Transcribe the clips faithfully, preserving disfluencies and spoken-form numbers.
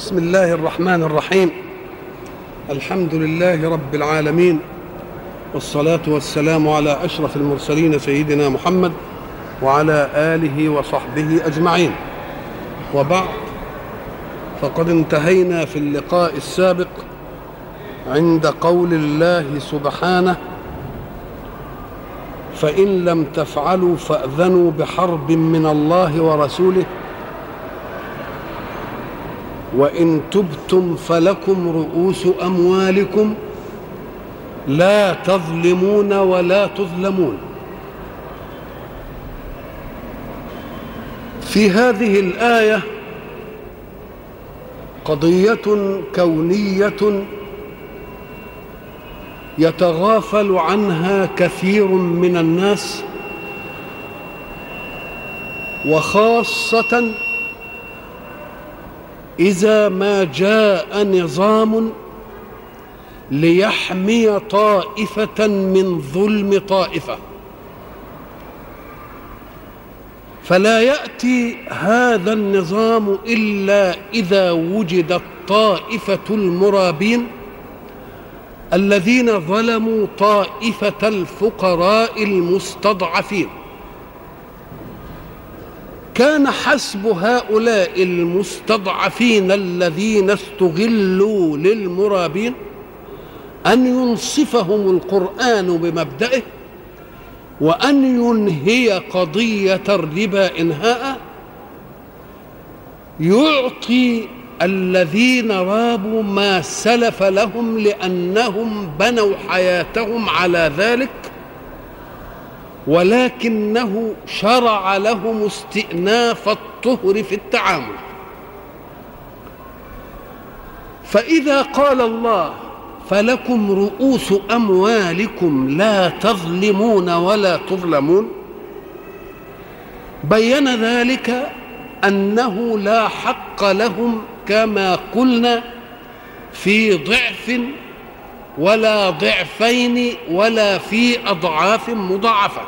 بسم الله الرحمن الرحيم. الحمد لله رب العالمين، والصلاة والسلام على أشرف المرسلين سيدنا محمد وعلى آله وصحبه أجمعين، وبعد، فقد انتهينا في اللقاء السابق عند قول الله سبحانه: فإن لم تفعلوا فأذنوا بحرب من الله ورسوله، وإن تبتم فلكم رؤوس أموالكم لا تظلمون ولا تظلمون. في هذه الآية قضية كونية يتغافل عنها كثير من الناس، وخاصة إذا ما جاء نظام ليحمي طائفة من ظلم طائفة، فلا يأتي هذا النظام إلا إذا وجدت طائفة المرابين الذين ظلموا طائفة الفقراء المستضعفين. كان حسب هؤلاء المستضعفين الذين استغلوا للمرابين أن ينصفهم القرآن بمبدئه، وأن ينهي قضية الربا إنهاء، يعطي الذين رابوا ما سلف لهم لأنهم بنوا حياتهم على ذلك، ولكنه شرع لهم استئناف الطهر في التعامل. فإذا قال الله: فلكم رؤوس أموالكم لا تظلمون ولا تظلمون، بين ذلك أنه لا حق لهم كما قلنا في ضعف ولا ضعفين ولا في أضعاف مضاعفة.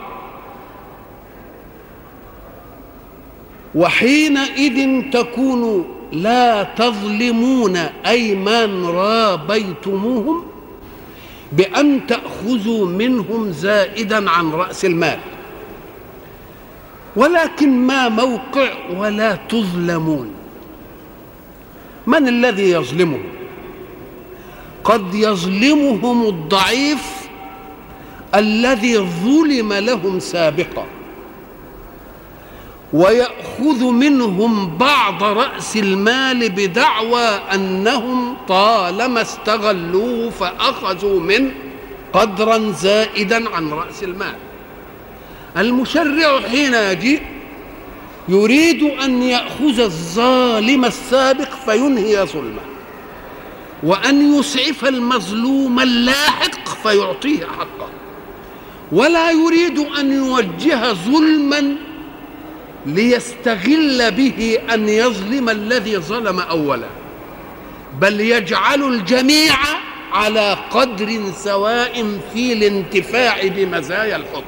وحينئذ تكون لا تظلمون أي من رابيتموهم بأن تأخذوا منهم زائدا عن رأس المال. ولكن ما موقع ولا تظلمون؟ من الذي يظلمهم؟ قد يظلمهم الضعيف الذي ظلم لهم سابقا، ويأخذ منهم بعض رأس المال بدعوى أنهم طالما استغلوه فأخذوا منه قدرا زائدا عن رأس المال. المشرع حين يجيء يريد أن يأخذ الظالم السابق فينهي ظلمه، وأن يسعف المظلوم اللاحق فيعطيه حقه، ولا يريد أن يوجه ظلما ليستغل به أن يظلم الذي ظلم أولا، بل يجعل الجميع على قدر سواء في الانتفاع بمزايا الحكم.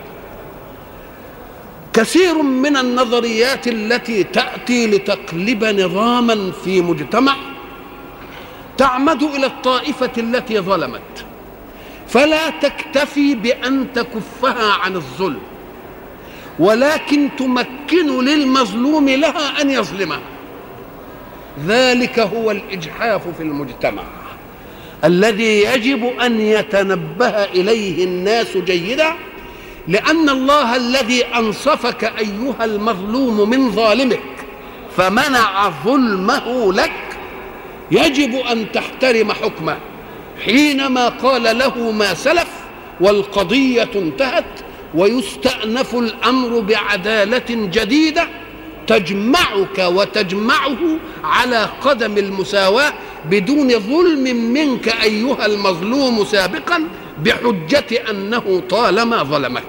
كثير من النظريات التي تأتي لتقلب نظاما في مجتمع تعمد إلى الطائفة التي ظلمت، فلا تكتفي بأن تكفها عن الظلم، ولكن تمكن للمظلوم لها أن يظلمها. ذلك هو الإجحاف في المجتمع الذي يجب أن يتنبه إليه الناس جيدا، لأن الله الذي أنصفك أيها المظلوم من ظالمك فمنع ظلمه لك يجب أن تحترم حكمه حينما قال له ما سلف والقضية انتهت، ويستأنف الأمر بعدالة جديدة تجمعك وتجمعه على قدم المساواة بدون ظلم منك أيها المظلوم سابقا بحجة أنه طالما ظلمك.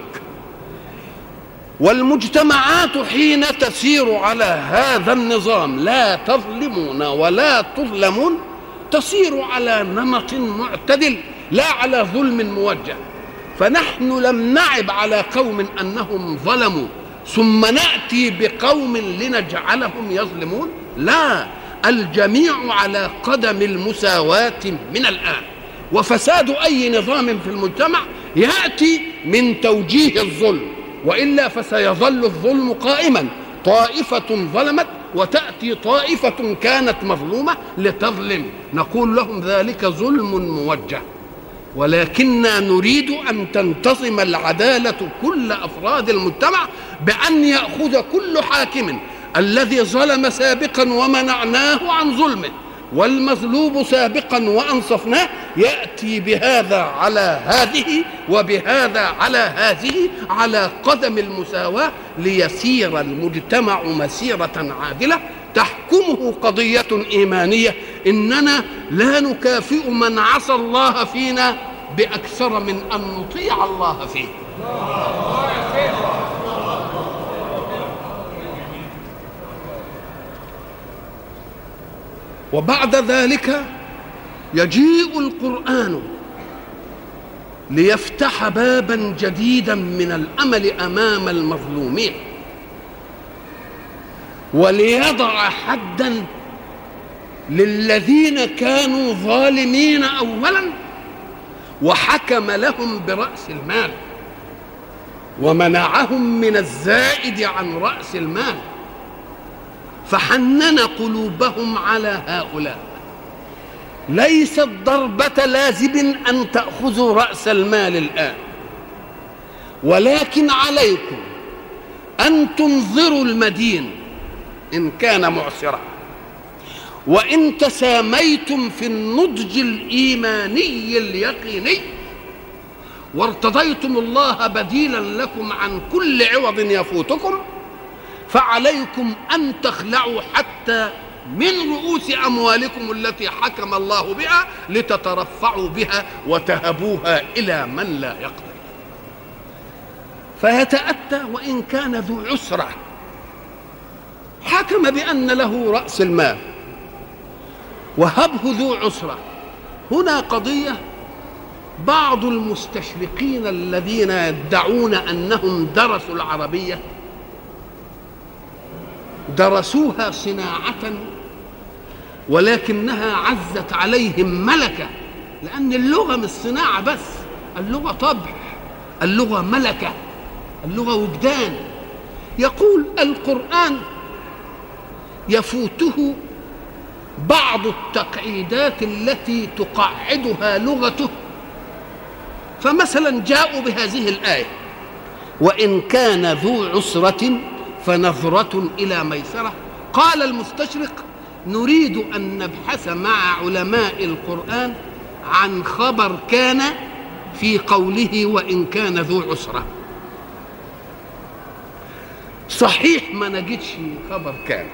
والمجتمعات حين تسير على هذا النظام لا تظلمون ولا تظلمون تسير على نمط معتدل لا على ظلم موجه. فنحن لم نعب على قوم أنهم ظلموا ثم نأتي بقوم لنجعلهم يظلمون، لا، الجميع على قدم المساواة من الآن. وفساد أي نظام في المجتمع يأتي من توجيه الظلم، وإلا فسيظل الظلم قائما، طائفة ظلمت وتأتي طائفة كانت مظلومة لتظلم، نقول لهم ذلك ظلم موجه، ولكننا نريد أن تنتظم العدالة كل أفراد المجتمع بأن يأخذ كل حاكم الذي ظلم سابقا ومنعناه عن ظلمه والمظلوم سابقا وأنصفناه، يأتي بهذا على هذه وبهذا على هذه على قدم المساواة، ليسير المجتمع مسيرة عادلة تحكمه قضية إيمانية: إننا لا نكافئ من عصى الله فينا بأكثر من أن نطيع الله فيه. وبعد ذلك يجيء القرآن ليفتح بابا جديدا من الأمل أمام المظلومين، وليضع حدا للذين كانوا ظالمين أولا وحكم لهم برأس المال ومنعهم من الزائد عن رأس المال، فحنن قلوبهم على هؤلاء. ليست ضربة لازم أن تأخذوا رأس المال الآن، ولكن عليكم أن تنظروا المدين إن كان معسرا، وإن تساميتم في النضج الإيماني اليقيني وارتضيتم الله بديلا لكم عن كل عوض يفوتكم، فعليكم أن تخلعوا حتى من رؤوس أموالكم التي حكم الله بها لتترفعوا بها وتهبوها إلى من لا يقدر. فيتأتى وإن كان ذو عسرة حكم بأن له رأس المال وهبه ذو عسرة. هنا قضية بعض المستشرقين الذين يدعون أنهم درسوا العربية درسوها صناعة ولكنها عزت عليهم ملكة، لأن اللغة مش صناعة بس، اللغة طبع، اللغة ملكة، اللغة وجدان. يقول القرآن يفوته بعض التقعيدات التي تقعدها لغته، فمثلا جاءوا بهذه الآية: وإن كان ذو عسرة فنظرة إلى ميسرة. قال المستشرق: نريد أن نبحث مع علماء القرآن عن خبر كان في قوله وإن كان ذو عسرة. صحيح ما نجدش خبر كان،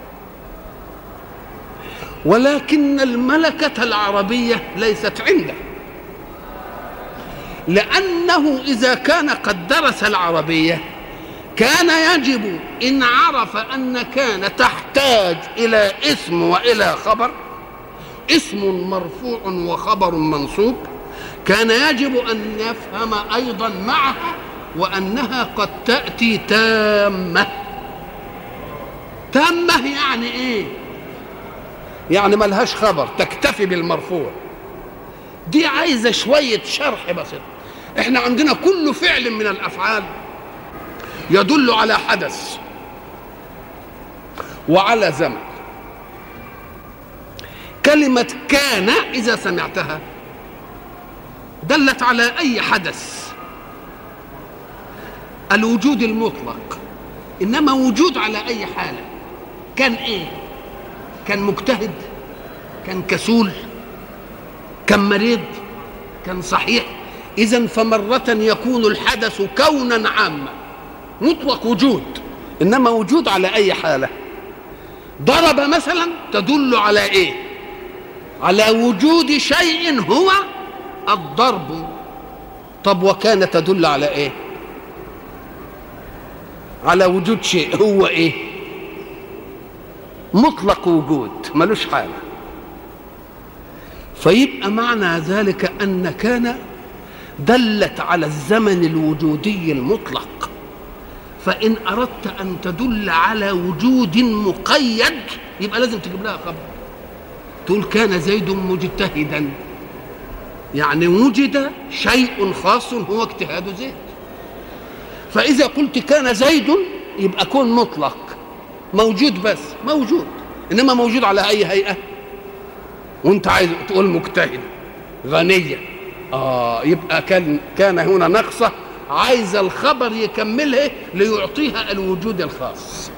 ولكن الملكة العربية ليست عنده، لأنه إذا كان قد درس العربية كان يجب إن عرف أن كان تحتاج إلى اسم وإلى خبر، اسم مرفوع وخبر منصوب، كان يجب أن يفهم أيضا معها وأنها قد تأتي تامة. تامة يعني إيه؟ يعني ملهاش خبر، تكتفي بالمرفوع. دي عايزة شوية شرح بسيط. احنا عندنا كل فعل من الأفعال يدل على حدث وعلى زمن. كلمة كان إذا سمعتها دلت على أي حدث، الوجود المطلق، إنما وجود على أي حالة. كان إيه؟ كان مجتهد، كان كسول، كان مريض، كان صحيح. إذن فمرة يكون الحدث كونا عاما مطلق وجود، إنما وجود على أي حالة. ضرب مثلا تدل على إيه؟ على وجود شيء هو الضرب. طب وكان تدل على إيه؟ على وجود شيء هو إيه؟ مطلق وجود ملوش حالة. فيبقى معنى ذلك أن كان دلت على الزمن الوجودي المطلق، فإن أردت أن تدل على وجود مقيد يبقى لازم تجيب لها خبر. تقول كان زيد مجتهدا، يعني وجد شيء خاص هو اجتهاد زيد. فإذا قلت كان زيد يبقى كون مطلق موجود، بس موجود، إنما موجود على أي هيئة؟ وأنت عايز تقول مجتهد غنية، آه يبقى كان كان هنا نقصة، عايز الخبر يكملها ليعطيها الوجود الخاص.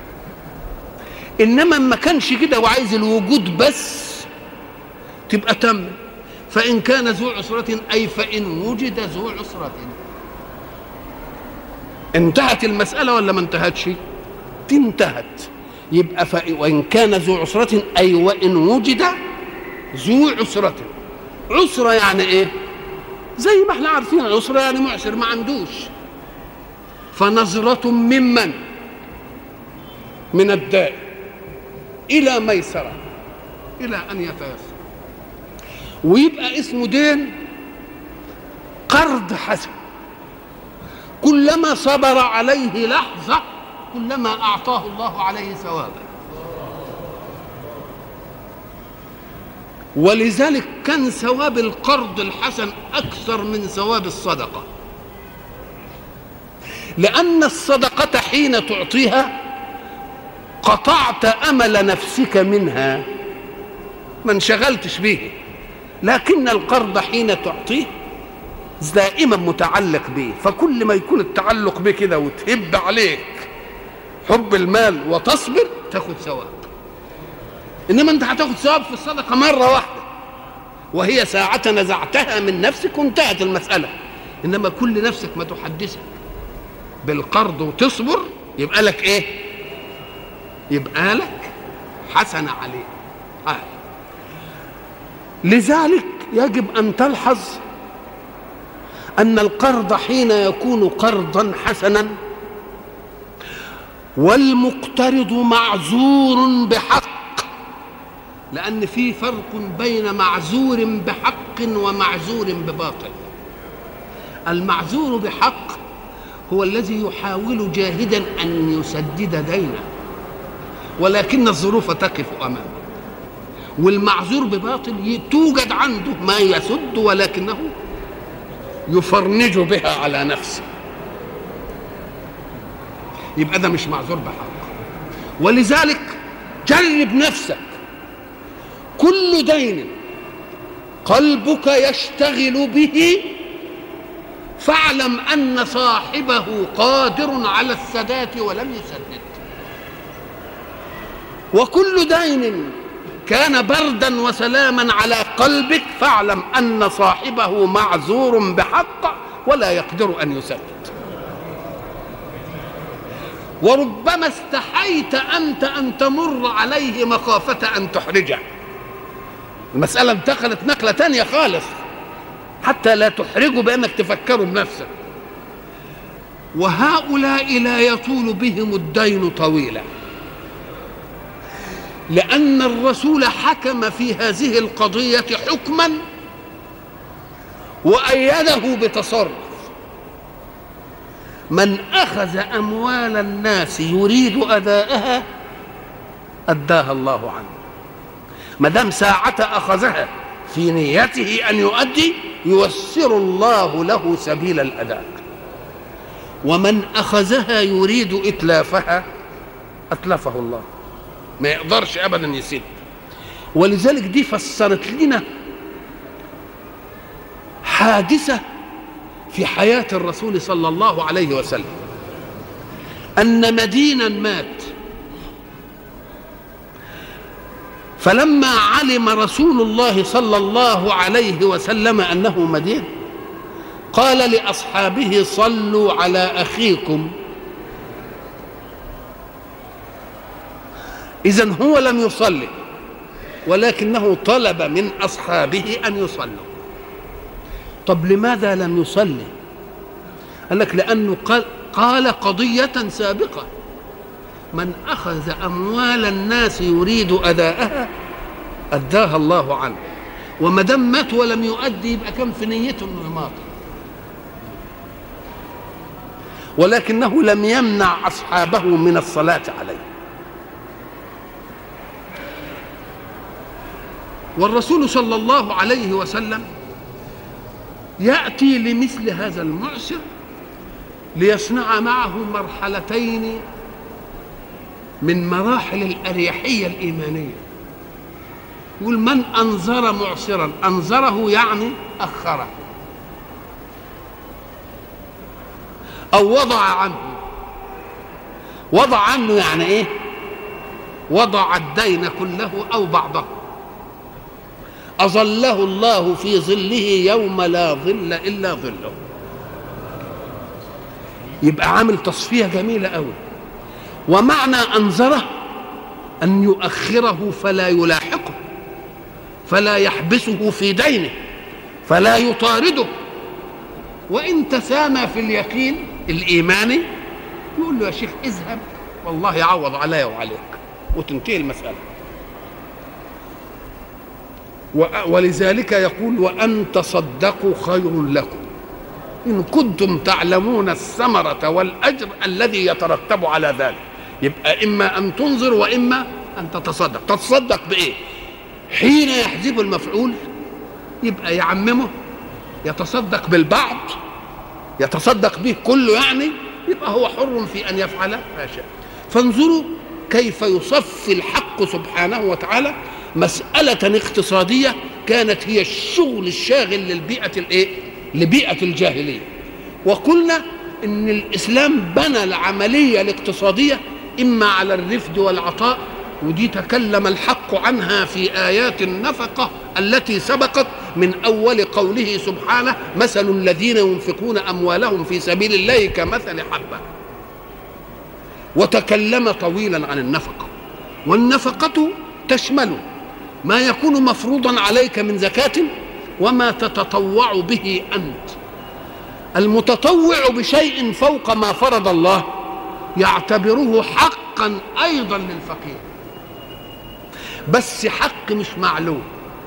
إنما ما كانش كده وعايز الوجود بس تبقى تم. فإن كان ذو عسرة أي فإن وجد ذو عسرة. انتهت المسألة ولا ما انتهتش؟ انتهت. يبقى وإن كان ذو عسرة أي وإن وجد ذو عسرة. عسرة يعني إيه؟ زي ما احنا عارفين العسرة يعني معسر ما عندوش. فنظرة ممن من الداء إلى ميسرة إلى أن يتيسر، ويبقى اسمه دين قرض حسن. كلما صبر عليه لحظة كلما أعطاه الله عليه ثوابا. ولذلك كان ثواب القرض الحسن أكثر من ثواب الصدقة، لأن الصدقة حين تعطيها قطعت أمل نفسك منها، ما انشغلتش به، لكن القرض حين تعطيه دائما متعلق به، فكل ما يكون التعلق به كده وتهب عليك حب المال وتصبر تاخد ثواب. انما انت هتاخد ثواب في الصدقه مره واحده وهي ساعه نزعتها من نفسك وانتهت المساله. انما كل نفسك ما تحدثك بالقرض وتصبر يبقى لك ايه؟ يبقى لك حسنه عليه. آه. لذلك يجب ان تلحظ أن القرض حين يكون قرضا حسنا والمقترض معذور بحق، لأن في فرق بين معذور بحق ومعذور بباطل. المعذور بحق هو الذي يحاول جاهدا أن يسدد دينه ولكن الظروف تقف أمامه، والمعذور بباطل توجد عنده ما يسد ولكنه يفرنج بها على نفسه، يبقى ده مش معذور بحق. ولذلك جرب نفسك، كل دين قلبك يشتغل به فاعلم أن صاحبه قادر على السداد ولم يسدد، وكل دين كان بردا وسلاما على قلبك فاعلم أن صاحبه معذور بحق ولا يقدر أن يسدد. وربما استحيت أنت أن تمر عليه مخافة أن تحرجه. المسألة انتقلت نقلة تانية خالص حتى لا تحرجه بأنك تفكره بنفسك. وهؤلاء لا يطول بهم الدين طويلا، لأن الرسول حكم في هذه القضية حكما وأيده بتصرف. من أخذ أموال الناس يريد أداءها أداها الله عنه، ما دام ساعة أخذها في نيته أن يؤدي ييسر الله له سبيل الأداء. ومن أخذها يريد إتلافها أتلفه الله، ما يقدرش أبدا يسد. ولذلك دي فسرت لنا حادثة في حياة الرسول صلى الله عليه وسلم، أن مدينا مات، فلما علم رسول الله صلى الله عليه وسلم أنه مدين قال لأصحابه صلوا على أخيكم. إذن هو لم يصلي ولكنه طلب من أصحابه أن يصلوا. طب لماذا لم يصلي؟ قال لك لأنه قال, قال قضية سابقة: من أخذ أموال الناس يريد أداءها أداها الله عنه. وما دام مات ولم يؤدي يبقى كان في نيته انه يماطل. ولكنه لم يمنع أصحابه من الصلاة عليه. والرسول صلى الله عليه وسلم يأتي لمثل هذا المعسر ليصنع معه مرحلتين من مراحل الأريحية الإيمانية. يقول: من أنظر معسرا، أنظره يعني أخره أو وضع عنه. وضع عنه يعني إيه؟ وضع الدين كله أو بعضه، أظله الله في ظله يوم لا ظل إلا ظله. يبقى عامل تصفية جميلة أوي. ومعنى أنظره أن يؤخره فلا يلاحقه، فلا يحبسه في دينه، فلا يطارده. وإن تسامى في اليقين الإيماني يقول له: يا شيخ اذهب والله يعوض علي وعليك، وتنتهي المسألة. ولذلك يقول: وأن تصدقوا خير لكم إن كنتم تعلمون الثمرة والأجر الذي يترتب على ذلك. يبقى إما أن تنظر وإما أن تتصدق. تتصدق بإيه؟ حين يحذف المفعول يبقى يعممه، يتصدق بالبعض، يتصدق به كله، يعني يبقى هو حر في أن يفعل ما شاء. فانظروا كيف يصفي الحق سبحانه وتعالى مسألة اقتصادية كانت هي الشغل الشاغل للبيئة الايه؟ لبيئة الجاهلية. وقلنا إن الإسلام بنى العملية الاقتصادية إما على الرفد والعطاء، ودي تكلم الحق عنها في آيات النفقة التي سبقت من أول قوله سبحانه: مثل الذين ينفقون أموالهم في سبيل الله كمثل حبة. وتكلم طويلا عن النفقة. والنفقة تشمل ما يكون مفروضا عليك من زكاة وما تتطوع به أنت. المتطوع بشيء فوق ما فرض الله يعتبره حقا أيضا للفقير، بس حق مش معلوم.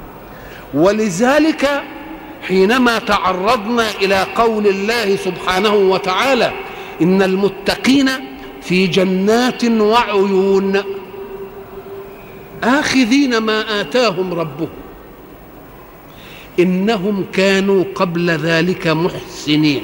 ولذلك حينما تعرضنا إلى قول الله سبحانه وتعالى: إن المتقين في جنات وعيون آخذين ما آتاهم ربهم إنهم كانوا قبل ذلك محسنين،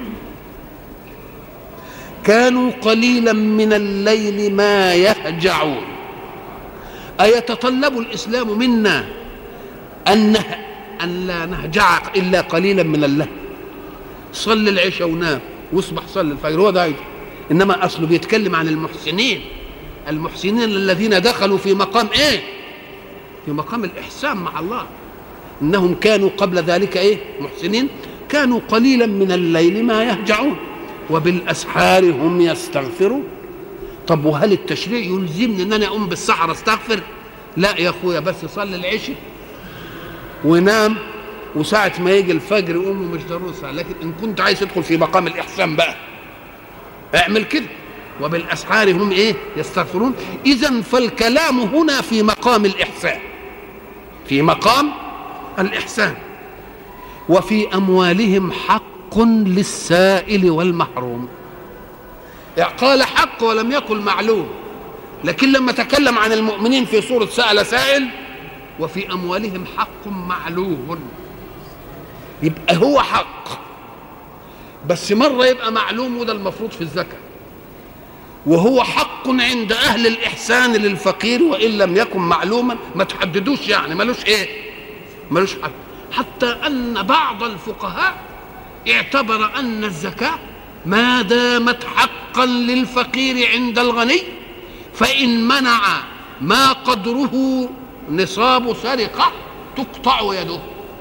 كانوا قليلا من الليل ما يهجعون. أيتطلب الإسلام منا أن أن لا نهجع إلا قليلا من الليل؟ صل العشاء ونام واصبح صل الفجر، هو ده. إنما أصله بيتكلم عن المحسنين، المحسنين الذين دخلوا في مقام إيه؟ في مقام الإحسان مع الله. إنهم كانوا قبل ذلك إيه؟ محسنين، كانوا قليلا من الليل ما يهجعون وبالأسحار هم يستغفرون. طب وهل التشريع يلزمني ان انا اقوم بالسحر استغفر؟ لا يا اخويا، بس صلي العشاء ونام، وساعة ما يجي الفجر قوم، مش ضروري. لكن ان كنت عايز تدخل في مقام الاحسان بقى اعمل كده. وبالاسحار هم ايه؟ يستغفرون. اذا فالكلام هنا في مقام الاحسان، في مقام الاحسان. وفي اموالهم حق للسائل والمحروم. قال حق ولم يقل معلوم، لكن لما تكلم عن المؤمنين في سورة سأل سائل: وفي أموالهم حق معلوم. يبقى هو حق، بس مرة يبقى معلوم، وده المفروض في الزكاة. وهو حق عند أهل الإحسان للفقير وإن لم يكن معلوما، ما تحددوش يعني ملوش إيه؟ ملوش حق. حتى أن بعض الفقهاء اعتبر أن الزكاة ما دامت حقا للفقير عند الغني، فإن منع ما قدره نصاب سرقة تقطع يده.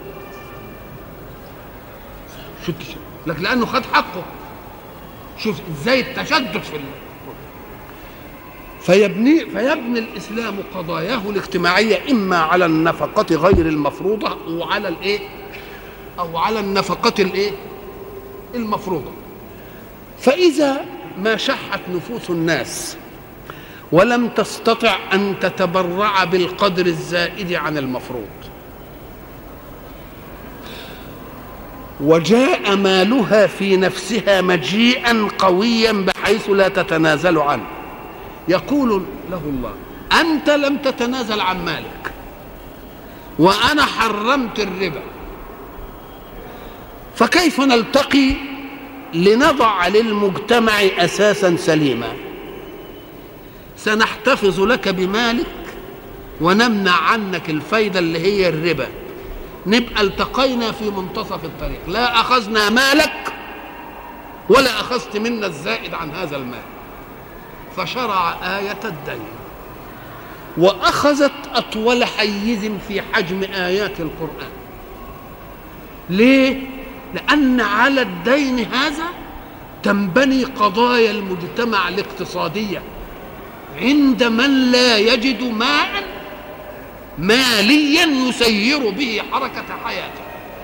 شوف لك، لأنه خد حقه. شوف ازاي التشدد في الله. فيبني فيبني الإسلام قضاياه الاجتماعية إما على النفقة غير المفروضة أو على الإيه؟ أو على النفقة الإيه؟ المفروضة. فإذا ما شحت نفوس الناس ولم تستطع أن تتبرع بالقدر الزائد عن المفروض، وجاء مالها في نفسها مجيئا قويا بحيث لا تتنازل عنه. يقول له الله: أنت لم تتنازل عن مالك، وأنا حرمت الربا، فكيف نلتقي لنضع للمجتمع أساسا سليما؟ سنحتفظ لك بمالك ونمنع عنك الفايدة اللي هي الربا، نبقى التقينا في منتصف الطريق، لا أخذنا مالك ولا أخذت منا الزائد عن هذا المال. فشرع آية الدين، وأخذت أطول حيز في حجم آيات القرآن. ليه؟ لأن على الدين هذا تنبني قضايا المجتمع الاقتصادية عند من لا يجد ماء ماليا يسير به حركة حياته.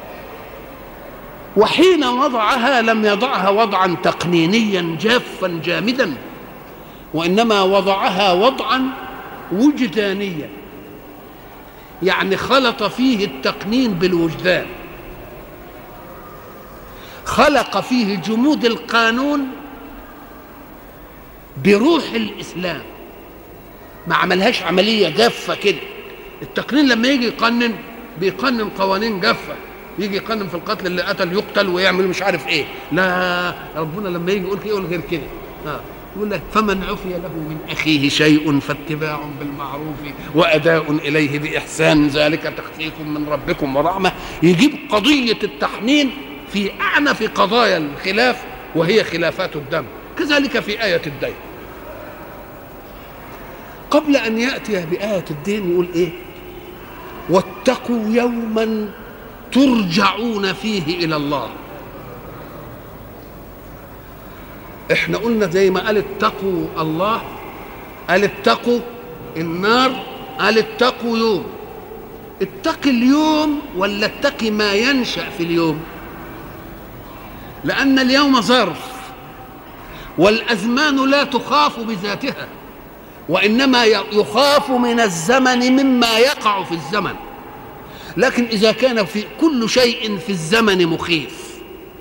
وحين وضعها لم يضعها وضعا تقنينيا جافا جامدا، وإنما وضعها وضعا وجدانيا، يعني خلط فيه التقنين بالوجدان، خلق فيه جمود القانون بروح الإسلام، ما عملهاش عملية جافة كده. التقنين لما يجي يقنن بيقنن قوانين جافة، يجي يقنن في القتل اللي قتل يقتل ويعمل مش عارف ايه. لا، ربنا لما يجي يقول كده يقول غير كده. اه يقول لك: فمن عفي له من أخيه شيء فاتباع بالمعروف وأداء إليه بإحسان ذلك تخفيف من ربكم ورحمة. يجيب قضية التحنين في أعنف قضايا الخلاف وهي خلافات الدم. كذلك في آية الدين، قبل أن يأتي بآية الدين يقول إيه؟ واتقوا يوما ترجعون فيه إلى الله. احنا قلنا زي ما قال اتقوا الله، قال اتقوا النار، قال اتقوا يوم. اتقي اليوم ولا اتقي ما ينشأ في اليوم؟ لأن اليوم ظرف، والأزمان لا تخاف بذاتها، وإنما يخاف من الزمن مما يقع في الزمن. لكن إذا كان في كل شيء في الزمن مخيف،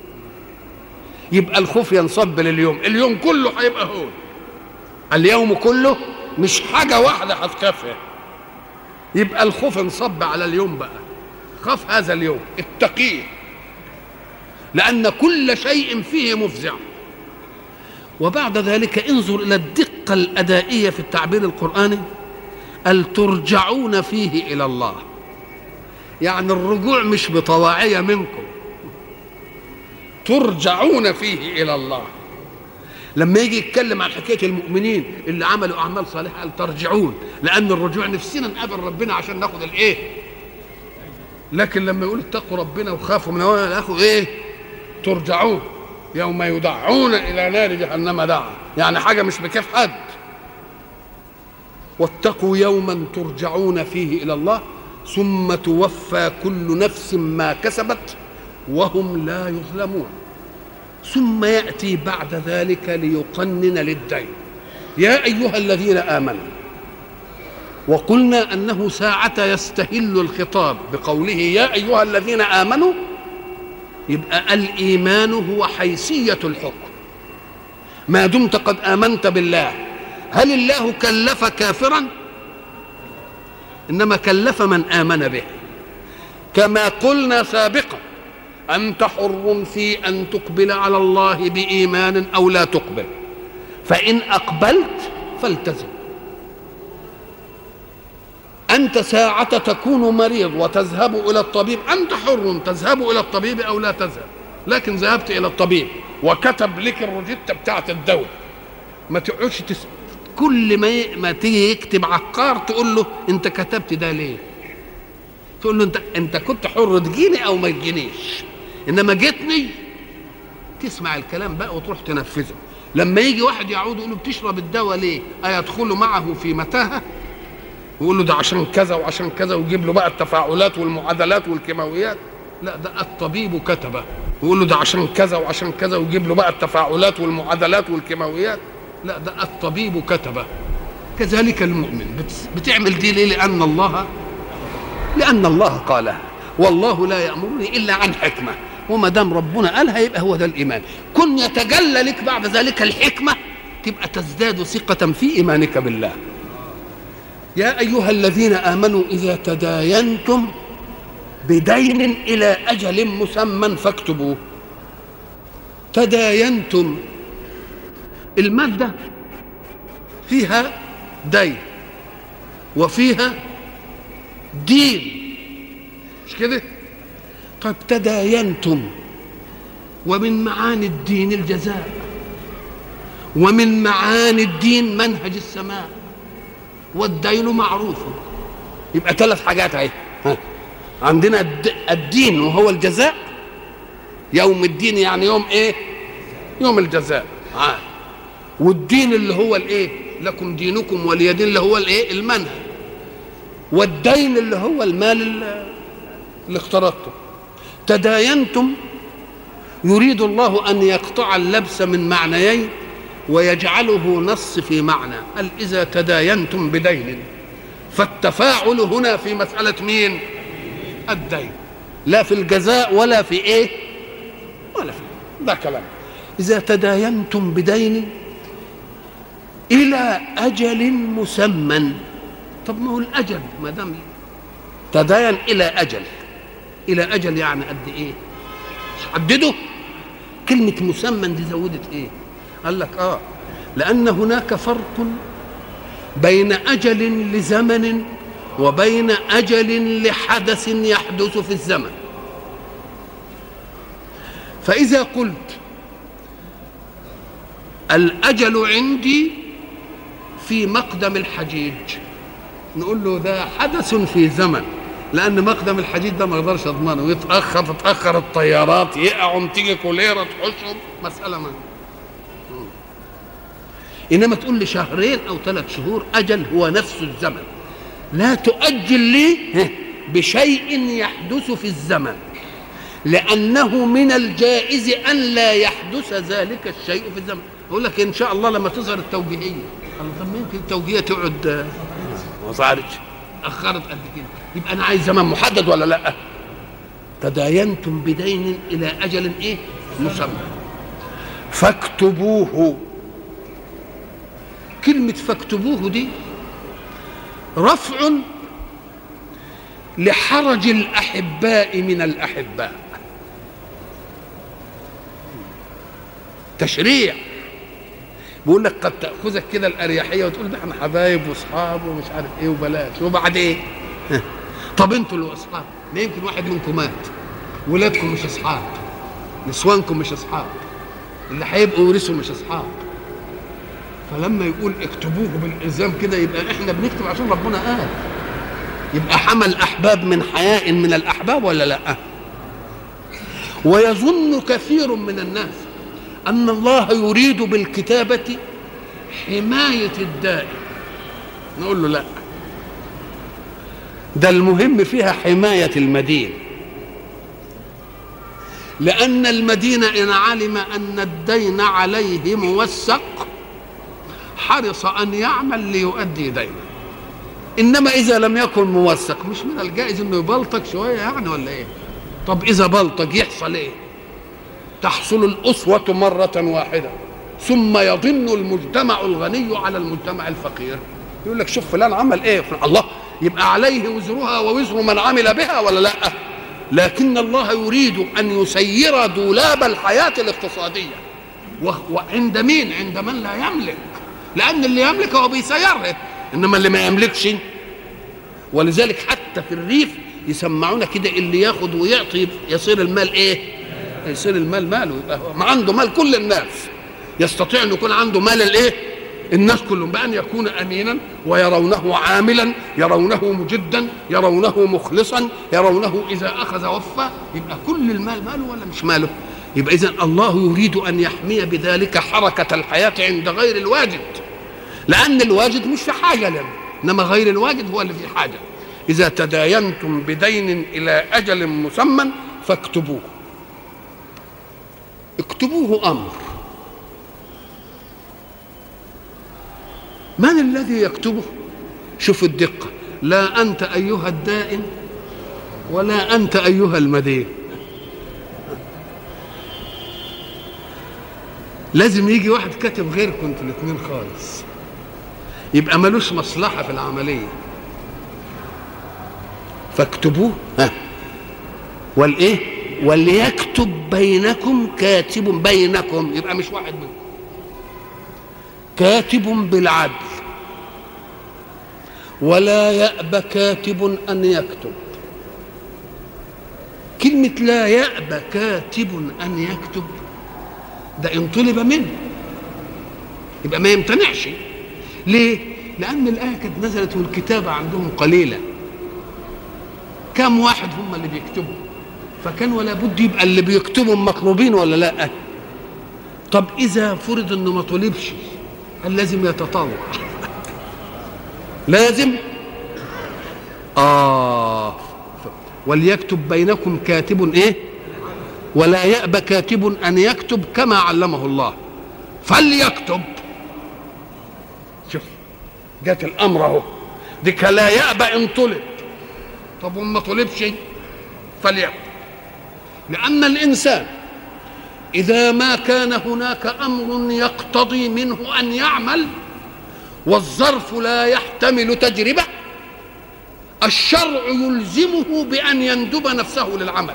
يبقى الخوف ينصب لليوم. اليوم كله هيبقى هو اليوم كله، مش حاجة واحدة هتخافها، يبقى الخوف انصب على اليوم. بقى خاف هذا اليوم، اتقيه، لأن كل شيء فيه مفزع. وبعد ذلك انظر إلى الدقة الأدائية في التعبير القرآني: قال ترجعون فيه إلى الله، يعني الرجوع مش بطواعية منكم، ترجعون فيه إلى الله. لما يجي يتكلم عن حكاية المؤمنين اللي عملوا أعمال صالحة قال ترجعون، لأن الرجوع نفسنا نقابل ربنا عشان ناخد الإيه. لكن لما يقول اتقوا ربنا وخافوا من هواه ناخد إيه؟ ترجعون يوم يدعون إلى نار جهنم دعا، يعني حاجة مش بكيف حد. واتقوا يوما ترجعون فيه إلى الله ثم توفى كل نفس ما كسبت وهم لا يظلمون. ثم يأتي بعد ذلك ليقنن للدين: يا أيها الذين آمنوا. وقلنا أنه ساعة يستهل الخطاب بقوله يا أيها الذين آمنوا، يبقى الإيمان هو حيثية الحكم. ما دمت قد آمنت بالله، هل الله كلف كافرا؟ إنما كلف من آمن به. كما قلنا سابقا: أنت حر في أن تقبل على الله بإيمان أو لا تقبل، فإن أقبلت فالتزم. أنت ساعة تكون مريض وتذهب إلى الطبيب، أنت حر تذهب إلى الطبيب أو لا تذهب، لكن ذهبت إلى الطبيب وكتب لك الروجيتا بتاعت الدواء، ما تقعدش تس... كل ما ي... ما تيجي يكتب عقار تقول له أنت كتبت ده ليه؟ تقول له أنت أنت كنت حر تجيني أو ما تجينيش، إنما جيتني تسمع الكلام بقى وتروح تنفذه. لما يجي واحد يعود يقول له بتشرب الدواء ليه؟ أيدخل معه في متاهة؟ ويقول له ده عشان كذا وعشان كذا، ويجيب له بقى التفاعلات والمعادلات والكيماويات. لا، ده الطبيب كتبه، ويقول له ده عشان كذا وعشان كذا، ويجيب له بقى التفاعلات والمعادلات والكيماويات. لا، ده الطبيب كتبه. كذلك المؤمن بتعمل دي ليه؟ لأن الله لأن الله قالها، والله لا يأمرني إلا عن حكمة. وما دام ربنا قالها يبقى هو ده الايمان. كن يتجلى لك بعد ذلك الحكمه تبقى تزداد ثقه في ايمانك بالله. يا ايها الذين امنوا اذا تداينتم بدين الى اجل مسمى فاكتبوه. تداينتم الماده فيها دين وفيها دين، مش كده؟ طب تداينتم، ومن معاني الدين الجزاء، ومن معاني الدين منهج السماء، والدين معروف. يبقى ثلاث حاجات اهي. عندنا الدين وهو الجزاء، يوم الدين يعني يوم ايه؟ يوم الجزاء. عاد. والدين اللي هو الايه؟ لكم دينكم ولي دين اللي هو الايه؟ المنهج. والدين اللي هو المال اللي اقترضته. تداينتم يريد الله ان يقطع اللبس من معنيين ويجعله نص في معنى. قال اذا تداينتم بدين، فالتفاعل هنا في مسألة مين؟ الدين، لا في الجزاء ولا في ايه ولا في ده كلام. اذا تداينتم بدين الى اجل مسمى. طب ما هو الاجل ما دام تداين الى اجل، الى اجل يعني قد ايه؟ حدده. كلمه مسمى دي زودت ايه؟ قال لك اه لان هناك فرق بين اجل لزمن وبين اجل لحدث يحدث في الزمن. فاذا قلت الاجل عندي في مقدم الحجيج، نقول له ده حدث في زمن، لان مقدم الحديد ده ما اقدرش اضمنه، ويتاخر تتاخر الطيارات، يقعوا تيجي كوليرا تحشهم، مساله ما. انما تقول لي شهرين او ثلاث شهور، اجل هو نفس الزمن. لا تؤجل لي بشيء يحدث في الزمن، لانه من الجائز ان لا يحدث ذلك الشيء في الزمن. اقول لك ان شاء الله لما تظهر التوجيهيه، طب ممكن التوجيهيه تقعد ما ظهرتش، اخرت قد كده، يبقى انا عايز زمن محدد ولا لا؟ تداينتم بدين الى اجل ايه؟ مسمى فاكتبوه. كلمه فاكتبوه دي رفع لحرج الاحباء من الاحباء، تشريع. بيقول لك قد تاخذك كده الاريحيه وتقول ده احنا حبايب واصحاب ومش عارف ايه وبلاش، وبعد ايه؟ طب انتوا اللي اصحاب، ما يمكن واحد منكم مات، ولادكم مش اصحاب، نسوانكم مش اصحاب، اللي هيبقوا ورثوا مش اصحاب. فلما يقول اكتبوه بالالزام كده، يبقى احنا بنكتب عشان ربنا قال، يبقى حمل احباب من حياء من الاحباب ولا لا؟ ويظن كثير من الناس ان الله يريد بالكتابه حمايه الدائن. نقول له لا، ده المهم فيها حمايه المدين، لان المدين ان علم ان الدين عليه موثق حرص ان يعمل ليؤدي دينه. انما اذا لم يكن موثق مش من الجائز انه يبلطج شويه يعني ولا ايه؟ طب اذا بلطج يحصل ايه؟ تحصل الاسوه مره واحده، ثم يضن المجتمع الغني على المجتمع الفقير. يقول لك شوف فلان عمل ايه، الله، يبقى عليه وزرها ووزر من عمل بها ولا لا؟ لكن الله يريد ان يسير دولاب الحياه الاقتصاديه، وعند مين؟ عند من لا يملك، لان اللي يملك هو بيسيره، انما اللي ما يملكش. ولذلك حتى في الريف يسمعونا كده اللي ياخد ويعطي يصير المال ايه؟ يصير المال ماله، يبقى ما عنده مال كل الناس، يستطيع ان يكون عنده مال الايه؟ الناس كلهم، بأن يكون امينا ويرونه عاملا، يرونه مجدا، يرونه مخلصا، يرونه اذا اخذ وفى، يبقى كل المال ماله ولا مش ماله؟ يبقى اذا الله يريد ان يحمي بذلك حركه الحياه عند غير الواجد، لان الواجد مش في حاجه له، انما غير الواجد هو اللي في حاجه. اذا تداينتم بدين الى اجل مسمى فاكتبوه. اكتبوه امر. من الذي يكتبه؟ شوف الدقه، لا انت ايها الدائن ولا انت ايها المدين. لازم يجي واحد كاتب غيركم انتوا الاثنين خالص، يبقى ملوش مصلحه في العمليه، فاكتبوه. ها والايه وليكتب بينكم كاتب بينكم، يبقى مش واحد منكم، كاتب بالعدل ولا يأبى كاتب أن يكتب. كلمة لا يأبى كاتب أن يكتب ده إن طلب منه يبقى ما يمتنعش. ليه؟ لأن الآية كانت نزلت والكتابة عندهم قليلة، كم واحد هم اللي بيكتبوا، فكان ولا بد يبقى اللي بيكتبوا مطلوبين ولا لا. طب إذا فرض إنه ما طلبش هل لازم يتطوع؟ لازم آه وليكتب بينكم كاتب إيه ولا يأبى كاتب أن يكتب كما علمه الله فليكتب. شوف جات الأمر أهو، ديك لا يأبى إن طلب، طب وما طلبش فليكتب. لأن الإنسان إذا ما كان هناك أمر يقتضي منه أن يعمل والظرف لا يحتمل تجربة، الشرع يلزمه بأن يندب نفسه للعمل.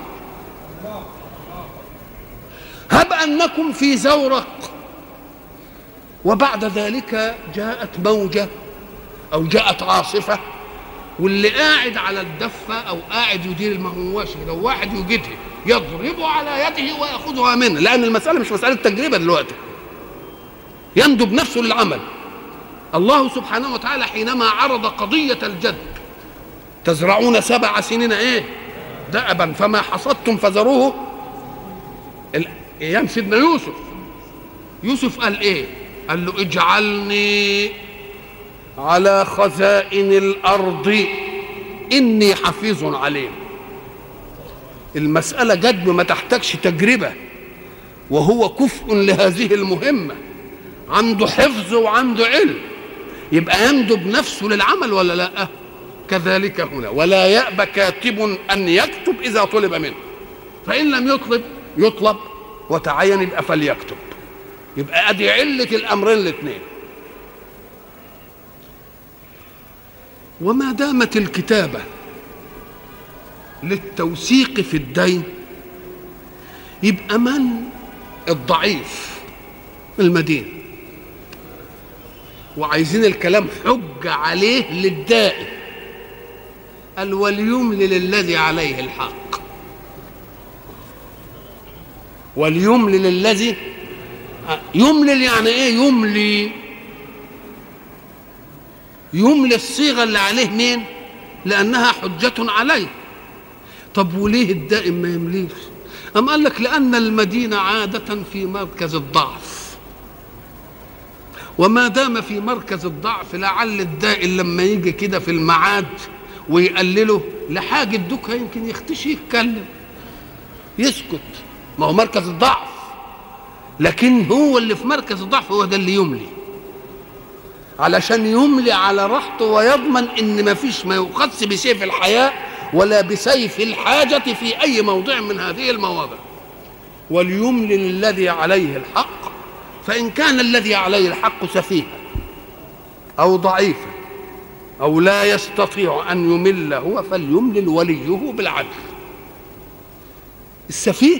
هب أنكم في زورق وبعد ذلك جاءت موجة أو جاءت عاصفة، واللي قاعد على الدفة أو قاعد يدير المهواشي لو واحد يجده يضرب على يده ويأخذها منه، لأن المسألة مش مسألة تجربة دلوقتي، يندب نفسه للعمل. الله سبحانه وتعالى حينما عرض قضية الجد تزرعون سبع سنين ايه دأبا فما حصدتم فذروه، ايام سيدنا يوسف، يوسف قال ايه؟ قال له اجعلني على خزائن الارض اني حفيظ عليم. المسألة جد ما تحتاجش تجربة، وهو كفء لهذه المهمة، عنده حفظ وعنده علم، يبقى يندب نفسه للعمل ولا لا؟ كذلك هنا ولا يأبى كاتب أن يكتب إذا طلب منه، فإن لم يطلب يطلب وتعين يبقى فليكتب. يبقى أدي علة الأمرين الاثنين. وما دامت الكتابة للتوثيق في الدين يبقى من الضعيف المدين وعايزين الكلام حجة عليه للدائن، قال وليملل الذي عليه الحق، وليملل الذي يملل يعني ايه؟ يملي يملي الصيغة اللي عليه مين؟ لأنها حجة عليه. طب وليه الدائم ما يمليش؟ أم قال لك لأن المدينة عادة في مركز الضعف، وما دام في مركز الضعف لعل الدائن لما يجي كده في المعاد ويقلله لحاجة دوكها يمكن يختشي يتكلم يسكت، ما هو مركز الضعف، لكن هو اللي في مركز الضعف هو ده اللي يملي، علشان يملي على راحته ويضمن ان ما فيش ما يؤخذ بسيف الحياة ولا بسيف الحاجة في اي موضع من هذه المواضع. وليملل الذي عليه الحق، فإن كان الذي عليه الحق سفيها أو ضعيفا أو لا يستطيع أن يمل هو فليملل وليه بالعدل. السفيه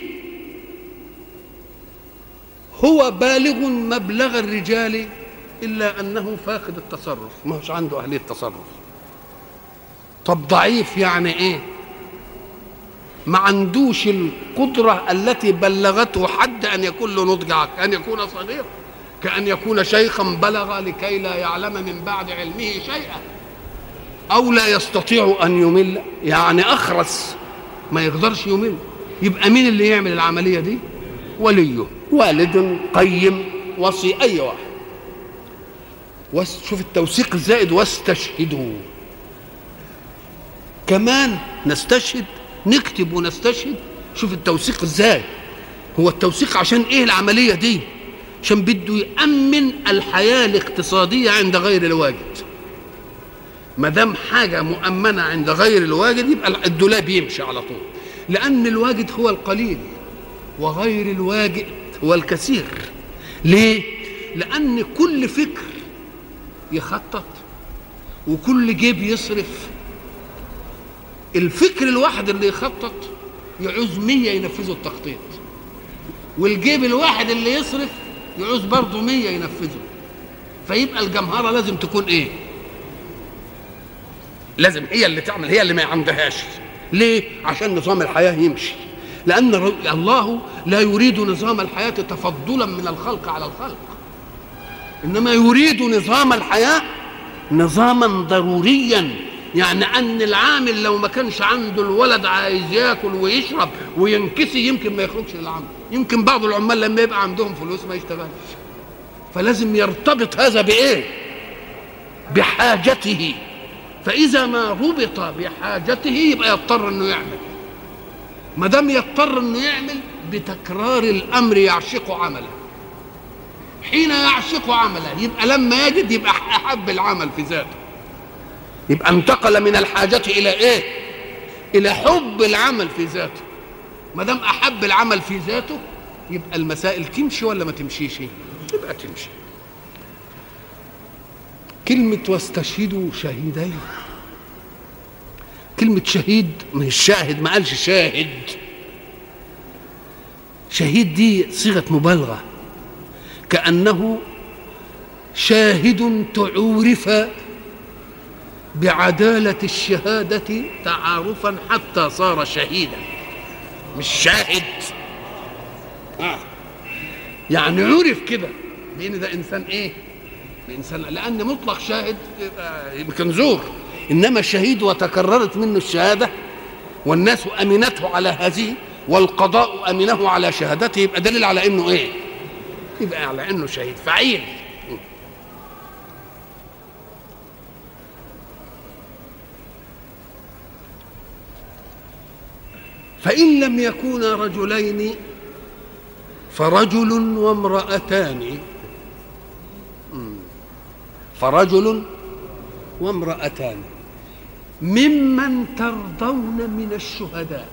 هو بالغ مبلغ الرجال إلا أنه فاقد التصرف، ما هوش عنده أهلية التصرف. طب ضعيف يعني إيه؟ ما عندوش القدرة التي بلغته حد أن يكون له نضج عقل، أن يكون صغير كأن يكون شيخا بلغ لكي لا يعلم من بعد علمه شيئا، أو لا يستطيع أن يمل يعني أخرس ما يقدرش يمل. يبقى مين اللي يعمل العملية دي؟ وليه، والد قيم وصي أي واحد. شوف التوثيق الزائد واستشهدوا، كمان نستشهد نكتب ونستشهد. شوف التوثيق ازاي، هو التوثيق عشان ايه العملية دي؟ عشان بده يأمن الحياة الاقتصادية عند غير الواجد. ما دام حاجة مؤمنة عند غير الواجد يبقى الدولاب يمشي على طول، لأن الواجد هو القليل وغير الواجد هو الكثير. ليه؟ لأن كل فكر يخطط وكل جيب يصرف. الفكر الواحد اللي يخطط يعوز مية ينفذوا التخطيط، والجيب الواحد اللي يصرف يعوز برضه مية ينفذوا. فيبقى الجمهرة لازم تكون ايه؟ لازم هي اللي تعمل، هي اللي ما عندهاش. ليه؟ عشان نظام الحياة يمشي. لأن الله لا يريد نظام الحياة تفضلا من الخلق على الخلق، إنما يريد نظام الحياة نظاما ضروريا. يعني أن العامل لو ما كانش عنده الولد عايز ياكل ويشرب وينكسي يمكن ما يخرجش للعمل، يمكن بعض العمال لما يبقى عندهم فلوس ما يشتغلش. فلازم يرتبط هذا بإيه؟ بحاجته. فإذا ما ربط بحاجته يبقى يضطر إنه يعمل. ما دام يضطر إنه يعمل بتكرار الأمر يعشق عمله. حين يعشق عمله يبقى لما يجد يبقى أحب العمل في ذاته. يبقى انتقل من الحاجة إلى إيه؟ إلى حب العمل في ذاته. ما دام أحب العمل في ذاته يبقى المسائل تمشي ولا ما تمشيش؟ يبقى تمشي. كلمة واستشهدوا شهيدين، كلمة شهيد مش شاهد، ما قالش شاهد. شهيد دي صيغة مبالغة، كأنه شاهد تعورف بعدالة الشهادة تعارفا حتى صار شهيدا، مش شاهد. آه. يعني عرف كده بأن ده إنسان إيه؟ بإنسان، لأن مطلق شاهد يمكن زور، إنما شهيد وتكررت منه الشهادة والناس أمنته على هذه والقضاء أمنه على شهادته، يبقى دليل على إنه إيه؟ يبقى على إنه شهيد فعيل. فإن لم يكونا رجلين فرجل وامرأتان، فرجل وامرأتان ممن ترضون من الشهداء.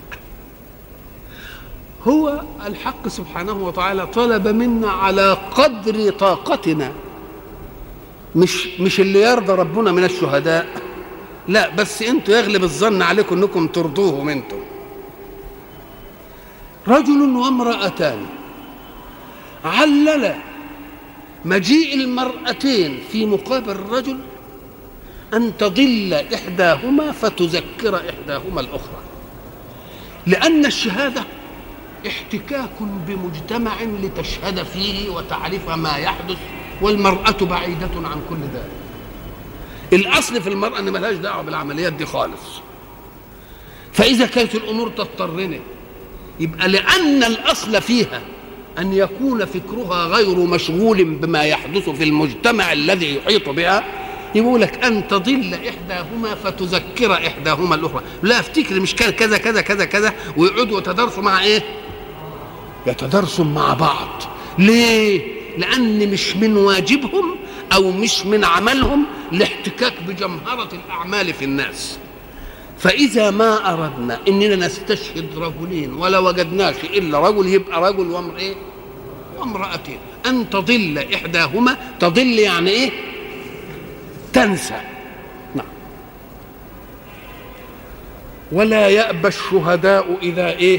هو الحق سبحانه وتعالى طلب منا على قدر طاقتنا، مش مش اللي يرضى ربنا من الشهداء، لا، بس انتوا يغلب الظن عليكم انكم ترضوهم انتم. رجل وامرأتان، علل مجيء المرأتين في مقابل الرجل أن تضل إحداهما فتذكر إحداهما الأخرى، لأن الشهادة احتكاك بمجتمع لتشهد فيه وتعرف ما يحدث، والمرأة بعيدة عن كل ذلك. الأصل في المرأة أن ملهاش دعوة بالعمليات دي خالص. فإذا كانت الأمور تضطرنا يبقى لأن الأصل فيها أن يكون فكرها غير مشغول بما يحدث في المجتمع الذي يحيط بها، يقول لك أن تضل إحداهما فتذكر إحداهما الأخرى. لا افتكر مش كذا كذا كذا كذا، ويقعدوا يتدارسوا مع إيه؟ يتدارسوا مع بعض. ليه؟ لأن مش من واجبهم أو مش من عملهم الاحتكاك بجمهرة الأعمال في الناس. فإذا ما أردنا إننا نستشهد رجلين ولا وجدناش إلا رجل، يبقى رجل وامرأة إيه؟ وامرأتين. أن تضل إحداهما، تضل يعني إيه؟ تنسى. نعم. ولا يأبى الشهداء إذا إيه؟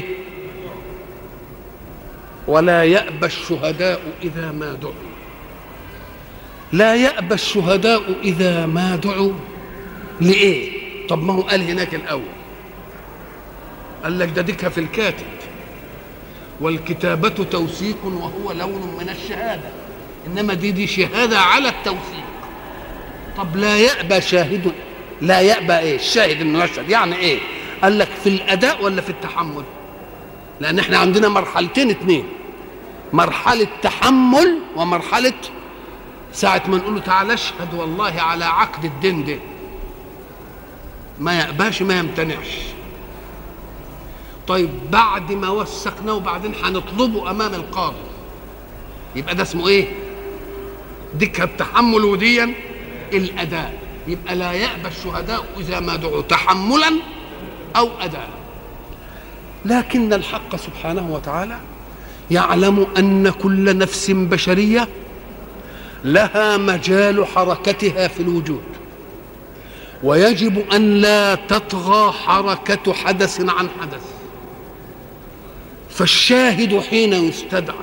ولا يأبى الشهداء إذا ما دعوا. لا يأبى الشهداء إذا ما دعوا. لإيه؟ طب ما هو قال هناك الأول، قال لك ده ديكها في الكاتب، والكتابة توثيق وهو لون من الشهادة، إنما دي دي شهادة على التوثيق. طب لا يأبى شاهد، لا يأبى إيه؟ الشاهد إنه يشهد، يعني إيه؟ قال لك في الأداء ولا في التحمل؟ لأن إحنا عندنا مرحلتين اتنين، مرحلة تحمل ومرحلة ساعة ما نقول له تعالى اشهد والله على عقد الدين ده، ما يأباش ما يمتنعش. طيب بعد ما وثقناه وبعدين هنطلبه امام القاضي، يبقى ده اسمه ايه؟ ديك التحمل وديا الاداء. يبقى لا يأبى الشهداء اذا ما دعوا تحملا او اداء. لكن الحق سبحانه وتعالى يعلم أن كل نفس بشرية لها مجال حركتها في الوجود، ويجب أن لا تطغى حركة حدث عن حدث. فالشاهد حين يستدعى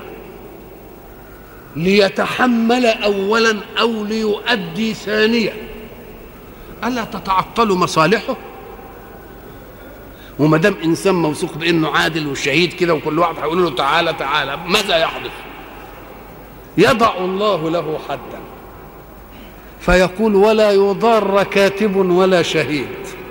ليتحمل أولا أو ليؤدي ثانيا ألا تتعطل مصالحه؟ وما دام إنسان موثوق بأنه عادل وشهيد كده وكل واحد هيقول له تعالى تعالى، ماذا يحدث؟ يضع الله له حدا فيقول ولا يضار كاتب ولا شهيد.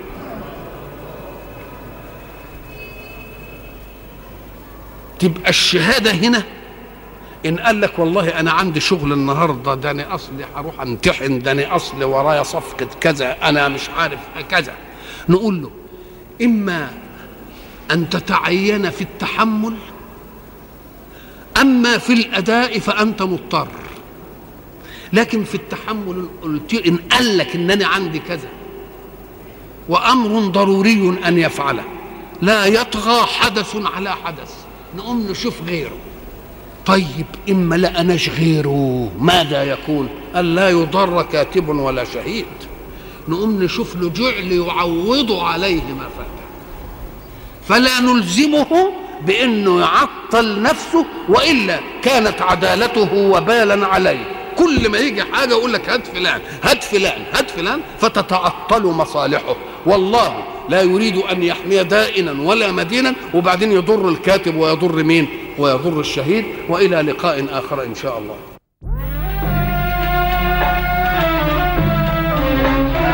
تبقى الشهادة هنا إن قال لك والله أنا عندي شغل النهاردة، ده أنا أصلي هروح أمتحن، ده أنا أصلي ورايا صفقة كذا، أنا مش عارف كذا، نقول له إما أن تتعين في التحمل، أما في الأداء فأنت مضطر. لكن في التحمل قلت إن قال لك إنني عندي كذا وأمر ضروري أن يفعله لا يطغى حدث على حدث، نقوم نشوف غيره. طيب إما لا أناش غيره ماذا يكون؟ قال لا يضر كاتب ولا شهيد، نقوم نشوف له جعل يعوض عليه ما فات، فلا نلزمه بأنه يعطل نفسه، وإلا كانت عدالته وبالا عليه. كل ما يجي حاجة يقول لك هات فلان هات فلان هات فلان فتتعطل مصالحه. والله لا يريد أن يحمي دائنا ولا مدينا وبعدين يضر الكاتب ويضر مين؟ ويضر الشهيد. وإلى لقاء آخر إن شاء الله.